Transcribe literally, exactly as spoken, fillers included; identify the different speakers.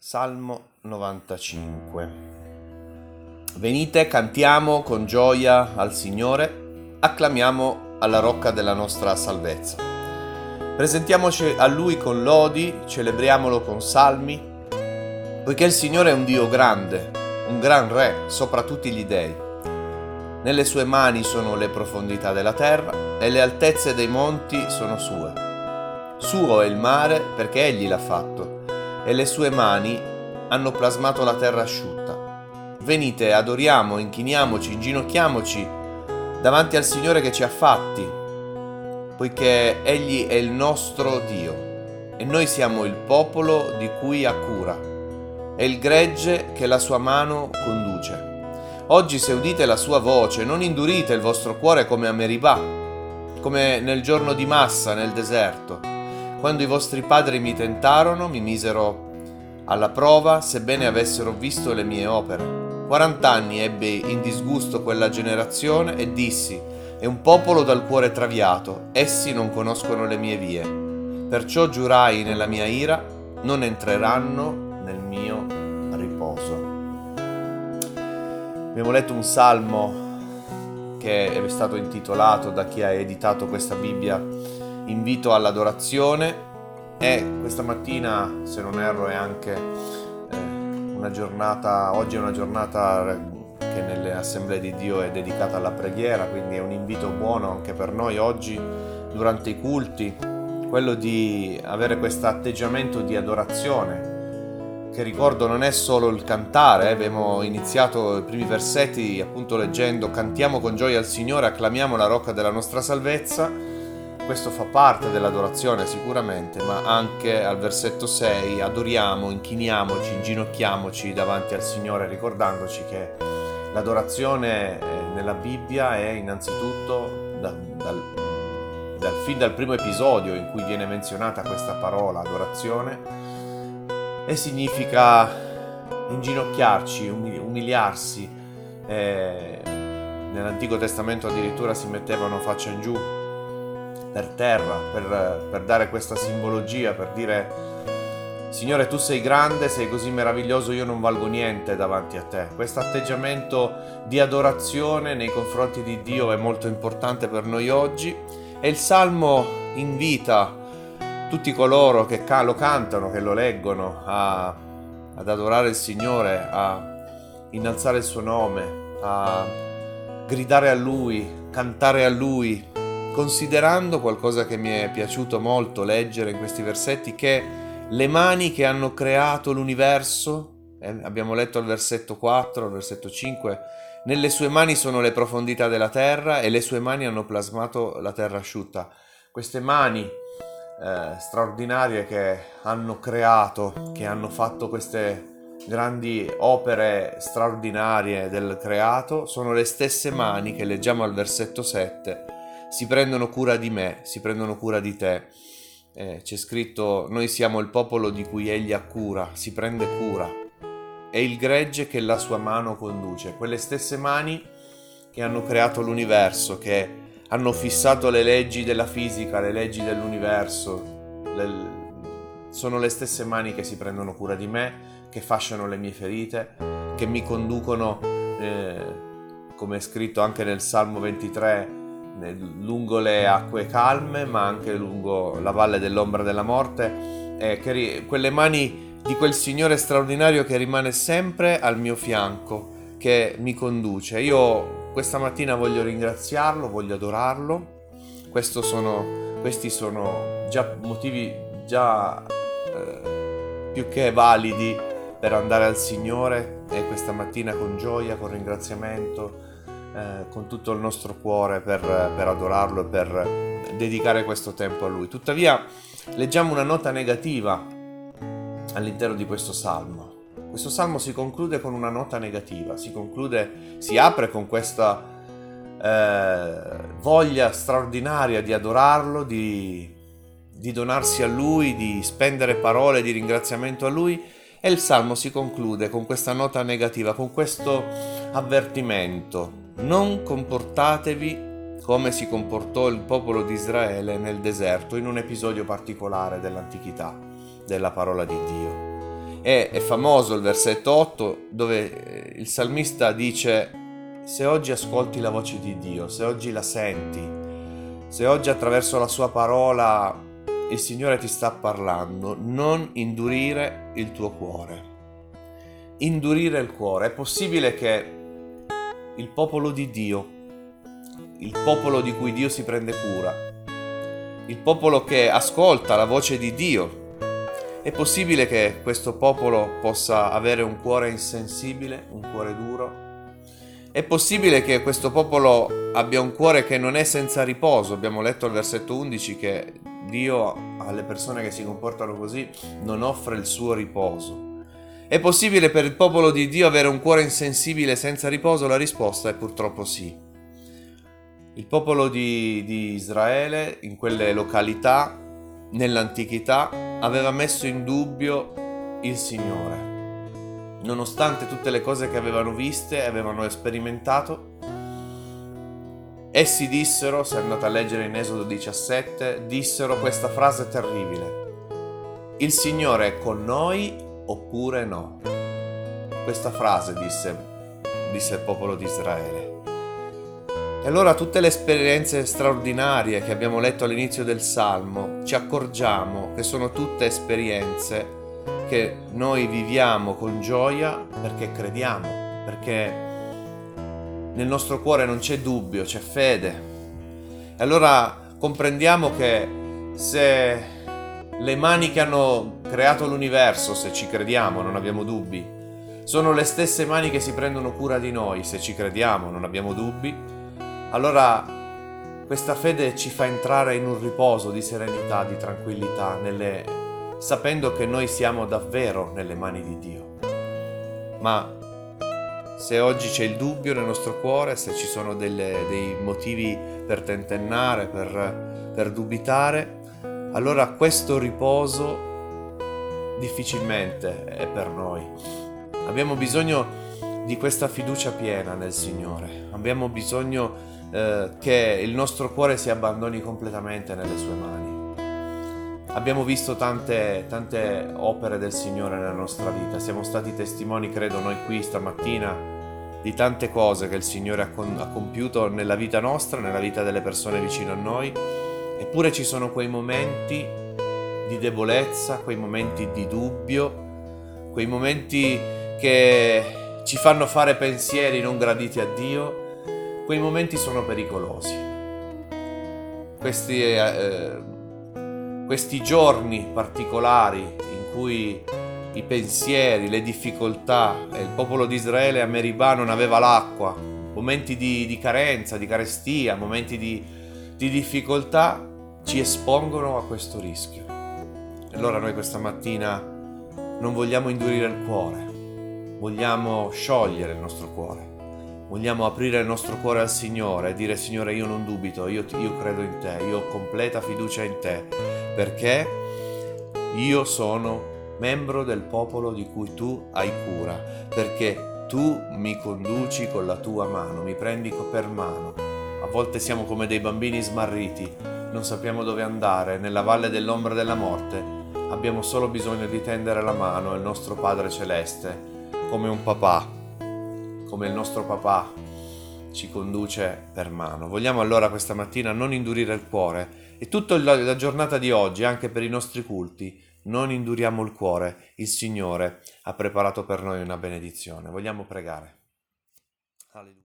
Speaker 1: Salmo novantacinque. Venite, cantiamo con gioia al Signore, acclamiamo alla rocca della nostra salvezza. Presentiamoci a Lui con lodi, celebriamolo con salmi, poiché il Signore è un Dio grande, un gran Re sopra tutti gli dei. Nelle sue mani sono le profondità della terra e le altezze dei monti sono sue. Suo è il mare perché Egli l'ha fatto e le sue mani hanno plasmato la terra asciutta. Venite, adoriamo, inchiniamoci, inginocchiamoci davanti al Signore che ci ha fatti, poiché Egli è il nostro Dio e noi siamo il popolo di cui ha cura, è il gregge che la sua mano conduce. Oggi se udite la sua voce, non indurite il vostro cuore come a Meribà, come nel giorno di Massa nel deserto, quando i vostri padri mi tentarono, mi misero alla prova, sebbene avessero visto le mie opere. Quarant'anni ebbi in disgusto quella generazione e dissi: è un popolo dal cuore traviato, essi non conoscono le mie vie. Perciò giurai nella mia ira, non entreranno nel mio riposo. Abbiamo letto un salmo che è stato intitolato da chi ha editato questa Bibbia Invito all'adorazione, e questa mattina, se non erro, è anche eh, una giornata, oggi è una giornata che nelle assemblee di Dio è dedicata alla preghiera, quindi è un invito buono anche per noi oggi durante i culti, quello di avere questo atteggiamento di adorazione, che ricordo non è solo il cantare. Abbiamo iniziato i primi versetti appunto leggendo: cantiamo con gioia al Signore, acclamiamo la rocca della nostra salvezza. Questo fa parte dell'adorazione sicuramente, ma anche al versetto sei adoriamo, inchiniamoci, inginocchiamoci davanti al Signore, ricordandoci che l'adorazione nella Bibbia è innanzitutto da, dal, dal, fin dal primo episodio in cui viene menzionata questa parola adorazione, e significa inginocchiarci, umiliarsi. Eh, nell'Antico Testamento addirittura si mettevano faccia in giù per terra, per, per dare questa simbologia, per dire: Signore, tu sei grande, sei così meraviglioso, io non valgo niente davanti a te. Questo atteggiamento di adorazione nei confronti di Dio è molto importante per noi oggi, e il Salmo invita tutti coloro che lo cantano, che lo leggono, a, ad adorare il Signore, a innalzare il suo nome, a gridare a Lui, cantare a Lui, considerando qualcosa che mi è piaciuto molto leggere in questi versetti, che le mani che hanno creato l'universo, eh, abbiamo letto al versetto quattro, al versetto cinque, nelle sue mani sono le profondità della terra e le sue mani hanno plasmato la terra asciutta. Queste mani eh, straordinarie che hanno creato, che hanno fatto queste grandi opere straordinarie del creato, sono le stesse mani che leggiamo al versetto sette, si prendono cura di me, si prendono cura di te. Eh, c'è scritto: noi siamo il popolo di cui Egli ha cura, si prende cura. È il gregge che la sua mano conduce. Quelle stesse mani che hanno creato l'universo, che hanno fissato le leggi della fisica, le leggi dell'universo, le, sono le stesse mani che si prendono cura di me, che fasciano le mie ferite, che mi conducono, eh, come è scritto anche nel Salmo ventitré, lungo le acque calme, ma anche lungo la valle dell'ombra della morte, eh, che ri- quelle mani di quel Signore straordinario che rimane sempre al mio fianco, che mi conduce. Io questa mattina voglio ringraziarlo, voglio adorarlo. Questo sono, questi sono già motivi già eh, più che validi per andare al Signore, e questa mattina con gioia, con ringraziamento, Eh, con tutto il nostro cuore per, per adorarlo e per dedicare questo tempo a Lui. Tuttavia leggiamo una nota negativa all'interno di questo salmo. Questo salmo si conclude con una nota negativa, si conclude, si apre con questa eh, voglia straordinaria di adorarlo, di, di donarsi a Lui, di spendere parole di ringraziamento a Lui, e il salmo si conclude con questa nota negativa, con questo avvertimento: non comportatevi come si comportò il popolo di Israele nel deserto, in un episodio particolare dell'antichità della parola di Dio. E è famoso il versetto otto dove il salmista dice: se oggi ascolti la voce di Dio, se oggi la senti, se oggi attraverso la sua parola il Signore ti sta parlando, non indurire il tuo cuore. Indurire il cuore. È possibile che il popolo di Dio, il popolo di cui Dio si prende cura, il popolo che ascolta la voce di Dio, è possibile che questo popolo possa avere un cuore insensibile, un cuore duro? È possibile che questo popolo abbia un cuore che non è senza riposo? Abbiamo letto al versetto undici che Dio alle persone che si comportano così non offre il suo riposo. È possibile per il popolo di Dio avere un cuore insensibile senza riposo? La risposta è purtroppo sì. Il popolo di, di Israele in quelle località nell'antichità aveva messo in dubbio il Signore, nonostante tutte le cose che avevano viste e avevano sperimentato. Essi dissero, se andate a leggere in Esodo diciassette, dissero questa frase terribile: il Signore è con noi oppure no? Questa frase disse, disse il popolo di Israele. E allora tutte le esperienze straordinarie che abbiamo letto all'inizio del Salmo, ci accorgiamo che sono tutte esperienze che noi viviamo con gioia perché crediamo, perché nel nostro cuore non c'è dubbio, c'è fede. E allora comprendiamo che se le mani che hanno creato l'universo, se ci crediamo, non abbiamo dubbi, sono le stesse mani che si prendono cura di noi, se ci crediamo, non abbiamo dubbi, allora questa fede ci fa entrare in un riposo di serenità, di tranquillità, nelle... sapendo che noi siamo davvero nelle mani di Dio. Ma se oggi c'è il dubbio nel nostro cuore, se ci sono delle, dei motivi per tentennare, per, per dubitare, allora questo riposo difficilmente è per noi. Abbiamo bisogno di questa fiducia piena nel Signore. Abbiamo bisogno eh, che il nostro cuore si abbandoni completamente nelle sue mani. Abbiamo visto tante, tante opere del Signore nella nostra vita. Siamo stati testimoni, credo, noi qui stamattina, di tante cose che il Signore ha, con, ha compiuto nella vita nostra, nella vita delle persone vicino a noi. Eppure ci sono quei momenti di debolezza, quei momenti di dubbio, quei momenti che ci fanno fare pensieri non graditi a Dio. Quei momenti sono pericolosi. Questi, eh, questi giorni particolari in cui i pensieri, le difficoltà, e il popolo di Israele a Meribà non aveva l'acqua, momenti di, di carenza, di carestia, momenti di, di difficoltà ci espongono a questo rischio. E allora noi questa mattina non vogliamo indurire il cuore, vogliamo sciogliere il nostro cuore. Vogliamo aprire il nostro cuore al Signore e dire: Signore, io non dubito, io, io credo in te, io ho completa fiducia in te, perché io sono membro del popolo di cui tu hai cura, perché tu mi conduci con la tua mano, mi prendi per mano. A volte siamo come dei bambini smarriti, non sappiamo dove andare, nella valle dell'ombra della morte. Abbiamo solo bisogno di tendere la mano al nostro Padre Celeste, come un papà. Come il nostro papà ci conduce per mano. Vogliamo allora questa mattina non indurire il cuore e tutta la giornata di oggi, anche per i nostri culti, non induriamo il cuore. Il Signore ha preparato per noi una benedizione. Vogliamo pregare. Alleluia.